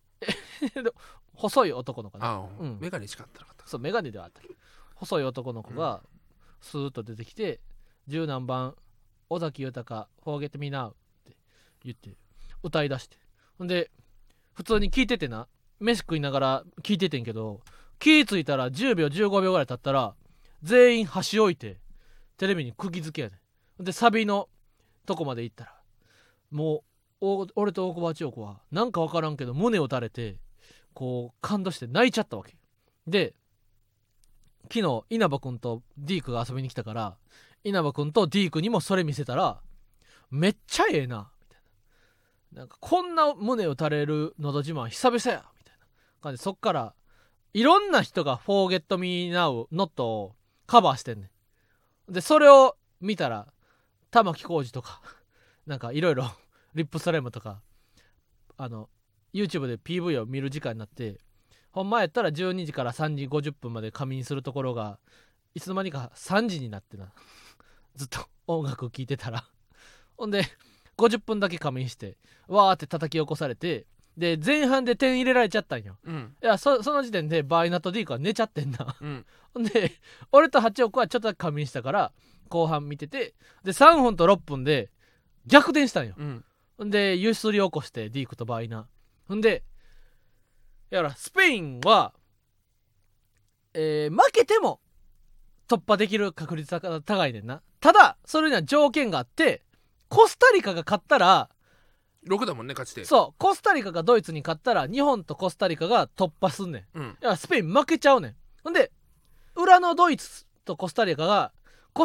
細い男の子な、 メガネしかったなかった。 そうメガネではあったけど細い男の子がスーッと出てきて、10何番尾崎豊 Forget Me Now って言って歌い出して、ほんで普通に聞いててな、飯食いながら聞いててんけど、気ぃついたら10秒15秒ぐらい経ったら全員箸置いてテレビに釘付けやねん。でサビのとこまで行ったらもう俺と大久保千代子はなんか分からんけど胸を打たれてこう感動して泣いちゃったわけで、昨日稲葉くんとディークが遊びに来たから稲葉くんとディークにもそれ見せたらめっちゃええなみたいな、なんかこんな胸を打たれるのど自慢久々やみたいな感じで、そっからいろんな人が Forget Me Now Not をカバーしてんねん。でそれを見たら玉置浩二とかなんかいろいろリップスライムとかYouTube で PV を見る時間になって、ほんまやったら12時から3時50分まで仮眠するところがいつの間にか3時になってなずっと音楽聴いてたらほんで50分だけ仮眠してわーって叩き起こされて、で前半で点入れられちゃったんよ、いや その時点でバイナとディークは寝ちゃってんな、ほんで俺と八億はちょっとだけ仮眠したから後半見てて、で3分と6分で逆転したんよ、ほんでゆすり起こしてディークとバイナ、ほんでだからスペインは、負けても突破できる確率が高いねんな。ただそれには条件があって、コスタリカが勝ったら 6だもんね勝ち点。 そうコスタリカがドイツに勝ったら日本とコスタリカが突破すんねん、いやスペイン負けちゃうねん。ほんで裏のドイツとコスタリカは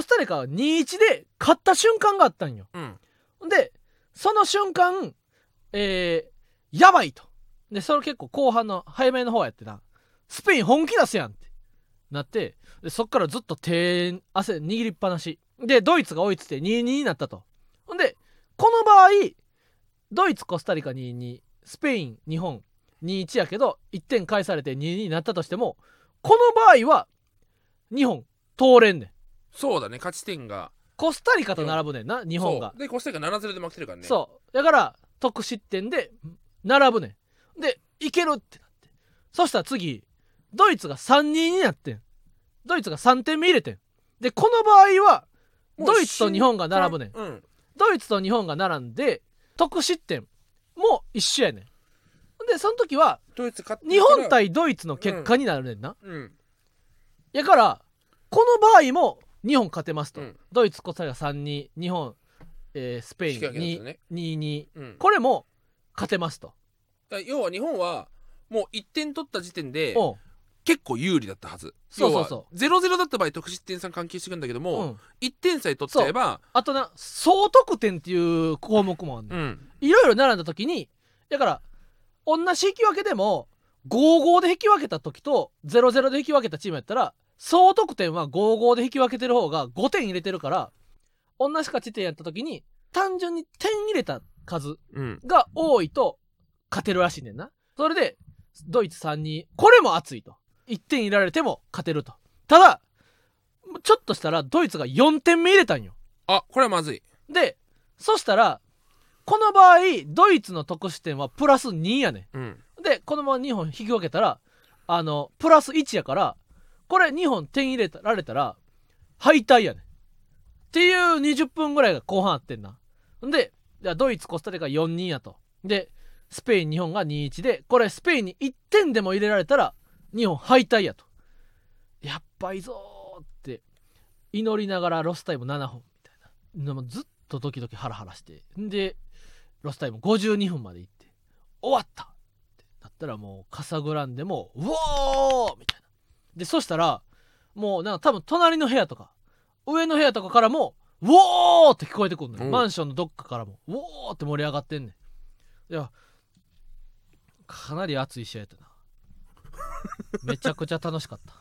2-1 で勝った瞬間があったんよ、ほんでその瞬間やばいと。でそれ結構後半の早めの方やってな、スペイン本気出すやんってなって、でそっからずっと汗握りっぱなしでドイツが追いついて 2-2 になったと。ほんでこの場合ドイツコスタリカ 2-2 スペイン日本 2-1 やけど1点返されて 2-2 になったとしても、この場合は日本通れんねん。 そうだね、勝ち点がコスタリカと並ぶねんな日本が。 でコスタリカ 7-0 で負けてるからね。 そうだから得失点で並ぶねん。でいけるってなって、そしたら次ドイツが 3-2 になってん。ドイツが3点目入れてん。でこの場合はドイツと日本が並ぶねん、ドイツと日本が並んで得失点も一緒やねん。でその時は日本対ドイツの結果になるねんな、やからこの場合も日本勝てますと、ドイツコスタリカ 3-2 日本、スペイン 2-2、これも勝てますと。 要は日本はもう1点取った時点で結構有利だったはず。 そう 0-0 だった場合得失点差関係してくるんだけども、1点さえ取っちゃえば、 あとな総得点っていう項目もあるね、いろいろ並んだ時に、だから同じ引き分けでも 5-5 で引き分けた時と 0-0 で引き分けたチームやったら総得点は 5-5 で引き分けてる方が5点入れてるから、同じ勝ち点やった時に単純に点入れた数が多いと勝てるらしいねんな。それでドイツ 3-2 これも熱いと、1点入れられても勝てると。ただちょっとしたらドイツが4点目入れたんよ。 あ、これはまずい。 でそしたらこの場合ドイツの得失点はプラス2やね、 うん、 でこのまま2本引き分けたらプラス1やから、これ2本点入れられたら敗退やねっていう20分ぐらいが後半あってんな。でじゃあドイツコスタリカ 4-2 やと。でスペイン日本が 2-1 で、これスペインに1点でも入れられたら日本敗退やと。やっばいぞーって祈りながらロスタイム7分みたいな。でもずっとドキドキハラハラして、でロスタイム52分まで行って終わったってなったら、もうカサグランでもうおーみたいな。でそしたらもうなんか多分隣の部屋とか上の部屋とかからもウォーって聞こえてくるのよ、マンションのどっかからもウォーって盛り上がってんねん。いやかなり熱い試合やったなめちゃくちゃ楽しかった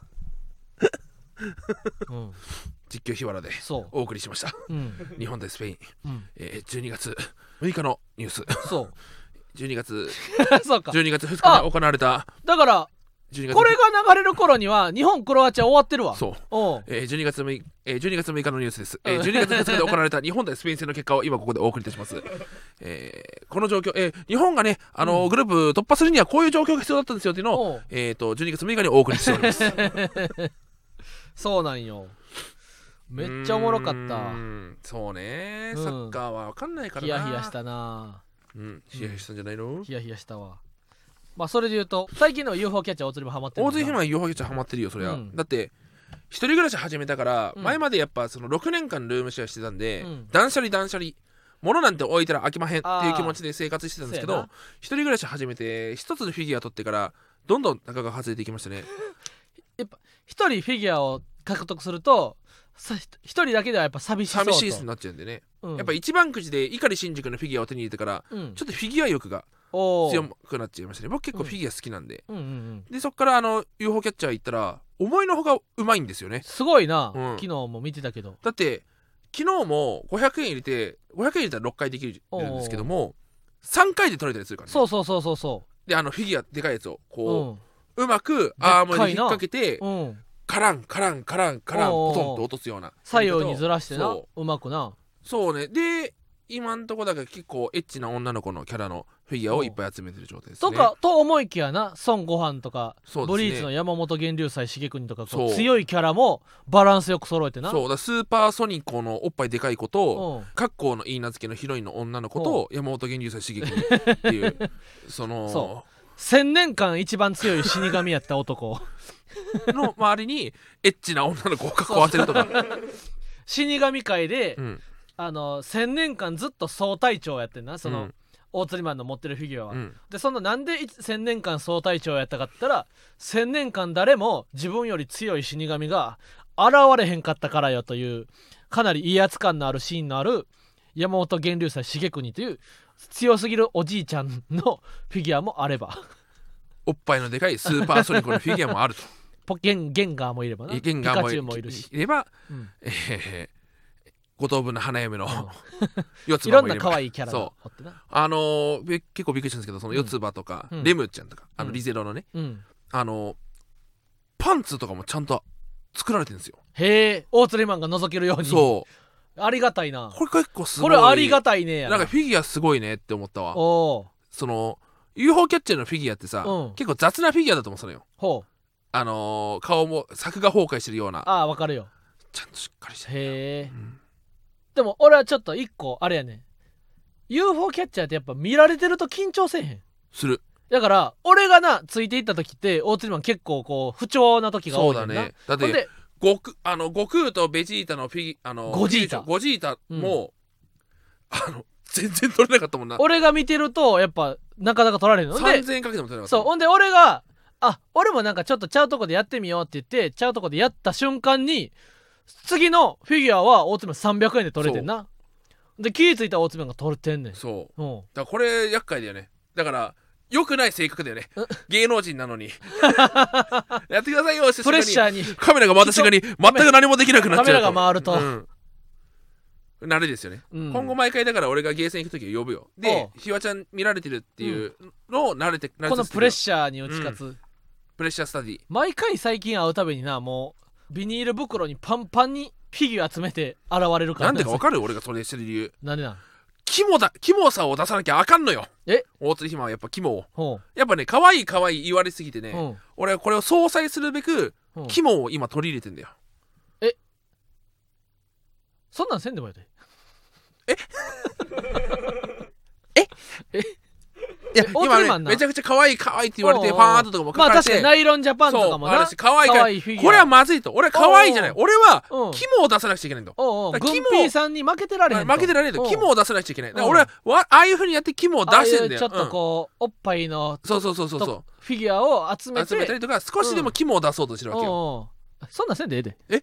うん、 実況日原でお送りしました、うん、日本対スペイン、12月6日のニュース。そう12月そうか12月2日に行われた。 だからこれが流れる頃には日本クロアチア終わってるわ。 そう、12月6日のニュースです。12月2日で行われた日本対スペイン戦の結果を今ここでお送りいたします。この状況、日本がねグループ突破するにはこういう状況が必要だったんですよっていうのを、12月6日にお送りしておりますそうなんよ。めっちゃおもろかった。 そうね、サッカーは分かんないからな。 ヒヤヒヤしたな。 ヒヤヒヤしたんじゃないの。 ヒヤヒヤしたわ。まあそれで言うと最近の UFO キャッチャー大鶴もハマってる。 大鶴ひまは UFO キャッチャーハマってるよそりゃ、だって一人暮らし始めたから、前までやっぱその6年間ルームシェアしてたんで、断捨離物なんて置いたら飽きまへんっていう気持ちで生活してたんですけど、一人暮らし始めて一つのフィギュア取ってからどんどん仲が外れていきましたね。 やっぱ一人フィギュアを獲得すると一人だけではやっぱ寂しいになっちゃうんでね、やっぱ一番くじで碇シンジ君のフィギュアを手に入れてから、ちょっとフィギュア欲が強くなっちゃいましたね。僕結構フィギュア好きなんで、でそっからUFO キャッチャー行ったら思いのほかうまいんですよね。 すごいな、昨日も見てたけど。 だって昨日も500円入れたら6回できるんですけども3回で取れたりするからね。そうでフィギュアでかいやつをこう、まくアームに引っ掛けて、カランポトンと落とすような左右にずらしてな、うまくな。 そうね。で今んとこだから結構エッチな女の子のキャラのフィギュアをいっぱい集めてる状態ですね。 と思いきやな、孫悟飯とか、ブリーチの山本源流祭重国とか強いキャラもバランスよく揃えてな。 そうだ、スーパーソニコのおっぱいでかい子と格好のいい名付けのヒロインの女の子と山本源流祭重国っていうその 1000年間一番強い死神やった男の周りにエッチな女の子を囲わせるとか死神界で、1000年間ずっと総隊長やってんな、その、大釣りマンの持ってるフィギュアは、でそのなんで1000年間総隊長やったかって言ったら、1000年間誰も自分より強い死神が現れへんかったからよという、かなり威圧感のあるシーンのある山本源流祭重国という強すぎるおじいちゃんのフィギュアもあればおっぱいのでかいスーパーソニコのフィギュアもあるとゲンガーもいればな、 ゲンガーもいるし、いれば、五等分の花嫁の四つ葉もいれば、いろんな可愛いキャラがおってな。結構びっくりしたんですけど、その四つ葉とか、レムちゃんとかリゼロのね、パンツとかもちゃんと作られてるんですよ。 へえ、大釣りマンが覗けるように。そうありがたいな。 これ結構すごい、 これありがたいねやなんかフィギュアすごいねって思ったわ。その UFO キャッチャーのフィギュアってさ、結構雑なフィギュアだと思ってたのよ。顔も作画崩壊してるような。 あ、わかるよ。 ちゃんとしっかりしてる。 へえ、でも俺はちょっと一個あれやね、 UFO キャッチャーってやっぱ見られてると緊張せえへんする。 だから俺がなついていった時って大釣りマン結構こう不調な時が多いねんな。そうだね。 だって悟空とベジータのゴジータも、全然取れなかったもんな。 俺が見てるとやっぱなかなか取られるので 3000円かけても取れなかった。 そう、ほんで俺が俺もなんかちょっとちゃうとこでやってみようって言ってちゃうとこでやった瞬間に次のフィギュアは大津マン300円で取れてんな。で気ぃついた大津マンが取れてんねん。 そう、だからこれ厄介だよね。だから良くない性格だよね芸能人なのにやってくださいよ。 プレッシャーにカメラが回った瞬間に全く何もできなくなっちゃうと。カメラが回ると、 慣れですよね、今後毎回だから俺がゲーセン行く時は呼ぶよ。でひわちゃん見られてるっていうのを慣れてこのプレッシャーに打ち勝つ、 プレッシャースタディ。 毎回最近会うたびにな、もうビニール袋にパンパンにフィギュア集めて現れるから。 なんでか分かる？俺がそれしてる理由。 なんでなん？ キモさを出さなきゃあかんのよ。大鶴ひまはやっぱキモを。やっぱね、可愛い言われすぎてね、俺はこれを相殺するべく、キモを今取り入れてんだよ。 そんなんせんでもやで。 いや今ねめちゃくちゃ可愛いって言われてファーンとかも書かれて、 まあ確かにナイロンジャパンとかもな、 可愛いからこれはまずいと。俺可愛いじゃない、俺はキモを出さなくちゃいけないんだ。 グンピーさんに負けてられへんと。 キモを出さなくちゃいけない。だから俺はああいう風にやってキモを出してんだよ。 ちょっとこうおっぱいのそうフィギュアを集めたりとか、少しでもキモを出そうとしてるわけよ。 そんなんせんでええ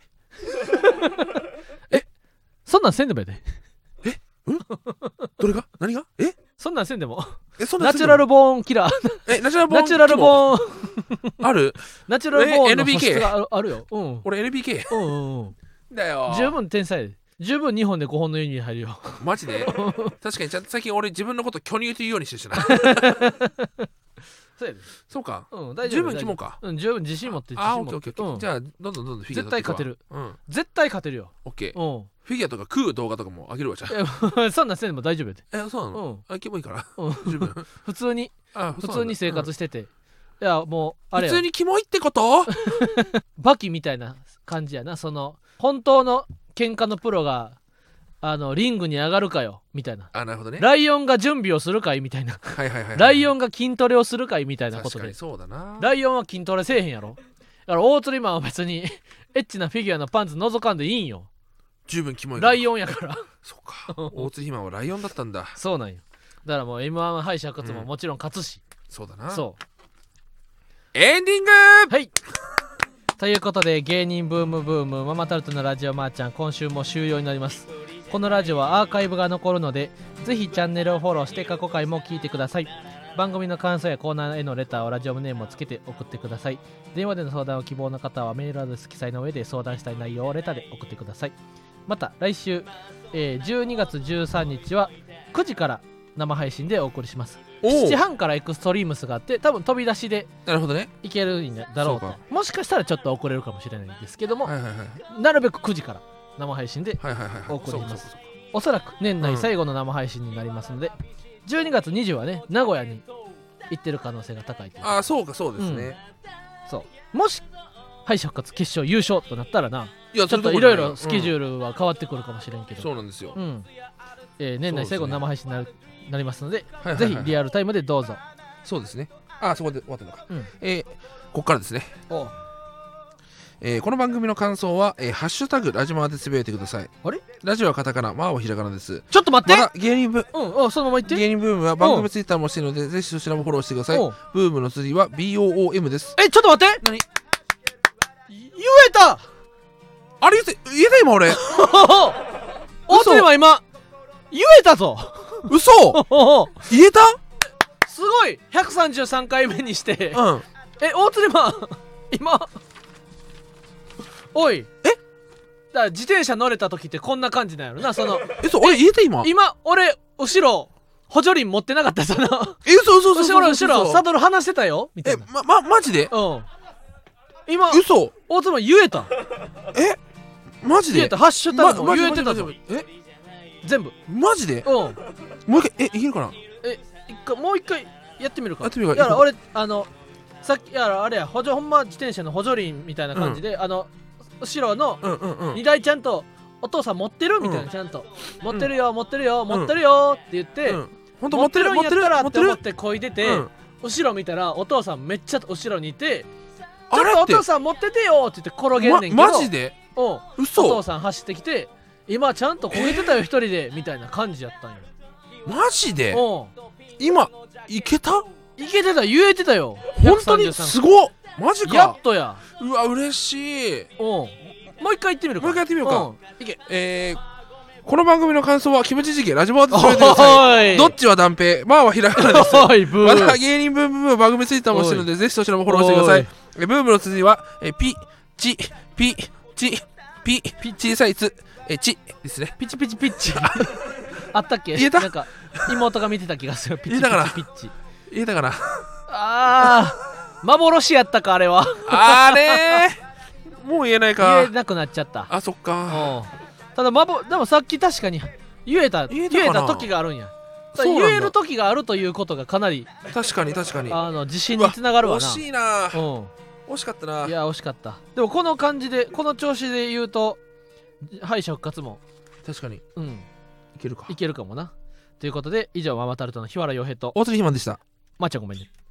で。そんなんせんでもええで。 どれが何がそんなんせんでも。ナチュラルボーンキラー。ナチュラルボーンある。 ナチュラルボーンの素質 NBK があるよ。 俺 NBK だよ。 十分天才。十分2本で5本のユニに入るよ。 マジで。確かに最近俺自分のこと巨乳というようにしてるしな。そうか。十分キモか。 十分自信持って。 オッケー。じゃあどんどんフィギュア絶対勝てる。絶対勝てるよ。 オッケー。フィギュアとか食う動画とかもあげるわ。じゃあそんなんせんでも大丈夫やで。 そうなの。キモいから十分普通に生活してて、いやもうあれ普通にキモいってこと？ バキみたいな感じやな。その本当の喧嘩のプロがリングに上がるかよみたいな。 なるほどね。 ライオンが準備をするかいみたいな。ライオンが筋トレをするかいみたいなことで。 そうだな。 ライオンは筋トレせえへんやろ。だから大釣りマンは別にエッチなフィギュアのパンツ覗かんでいいんよ。 十分キモい。 ライオンやから。 そうか。大津ひまはライオンだったんだ。 そうなんよ。だからもう M1 敗者復活ももちろん勝つし。 そうだな。 エンディング。 はい。ということで芸人ブームママタルトのラジオマーちゃん、今週も終了になります。このラジオはアーカイブが残るので、ぜひチャンネルをフォローして過去回も聞いてください。番組の感想やコーナーへのレターをラジオネームをつけて送ってください。電話での相談を希望の方はメールアドレス記載の上で相談したい内容をレターで送ってください。また来週、12月13日は9時から生配信でお送りします。7時半からエクストリームスがあって、多分飛び出しでいけるんだろうと。もしかしたらちょっと遅れるかもしれないんですけども、なるべく9時から生配信でお送りします。おそらく年内最後の生配信になりますので、12月20はね、名古屋に行ってる可能性が高いという。 そうですね。 もし敗者復活決勝優勝となったらな、ちょっといろいろスケジュールは変わってくるかもしれんけど、 そうなんですよ。 年内最後の生配信になりますので、ぜひリアルタイムでどうぞ。 そうですね。そこで終わったのか。ここからですね。この番組の感想は、ハッシュタグラジマーでつぶやいてください。 あれ？ ラジオはカタカナ、マーはひらがなです。 ちょっと待って。 まだ芸人ブそのまま言って。 芸人ブームは番組ツイッターもしてるので、ぜひそちらもフォローしてください。ブームの次は BOOM です。 ちょっと待って。何？言えた。 あれ言えた今俺。 大津は今言えたぞ。 嘘。言えた？ すごい。133回目にして。大津は今。おい、だから自転車乗れた時ってこんな感じなんやろな。その俺言えた今俺後ろ補助輪持ってなかった。その嘘後ろサドル離してたよみたいな。 マジで？ 今嘘。 大妻言えた。 マジで？ 言えた。ハッシュタグも言えてたぞ。全部マジで？もう一回いけるかな？ もう一回やってみるか。 やってみるか。 だから俺さっきあれやほんま自転車の補助輪みたいな感じで、後ろの荷台ちゃんとお父さん持ってるみたいな、ちゃんと持ってるよって言って、持ってるんやったらって思ってこいでて、後ろ見たらお父さんめっちゃ後ろにいて、ちょっとお父さん持っててよって言って転げんねんけど、 マジで？ 嘘。お父さん走ってきて、今ちゃんと焦げてたよ一人でみたいな感じやったんよ。 マジで？今いけた？ いけてた。言えてたよ。 本当にすごっ。マジか。 やっとや。 うわ嬉しい。 もう一回言ってみるか。 いけ。この番組の感想はキムチチゲラジボーで伝えてください。どっちは断平、まあはひらがなです。また芸人ブーム番組ツイッターもしてるので、ぜひそちらもフォローしてください。ブームの続きはピ小さいつチですね。 ピチあったっけ？ 言えた？ なんか妹が見てた気がする。 言えたかな？言えたかな？ 幻やったかあれは。 あれもう言えないか。 言えなくなっちゃった。 そっか。 ただでもさっき確かに言えた時があるんや。言える時があるということがかなり確かに自信につながるわな。 惜しいな、惜しかったな。 いや惜しかった。でもこの感じでこの調子で言うと敗者復活も確かにいけるかもな。ということで以上ママタルトの日原洋平と大鶴ひまんでした。 まーちゃんごめんね。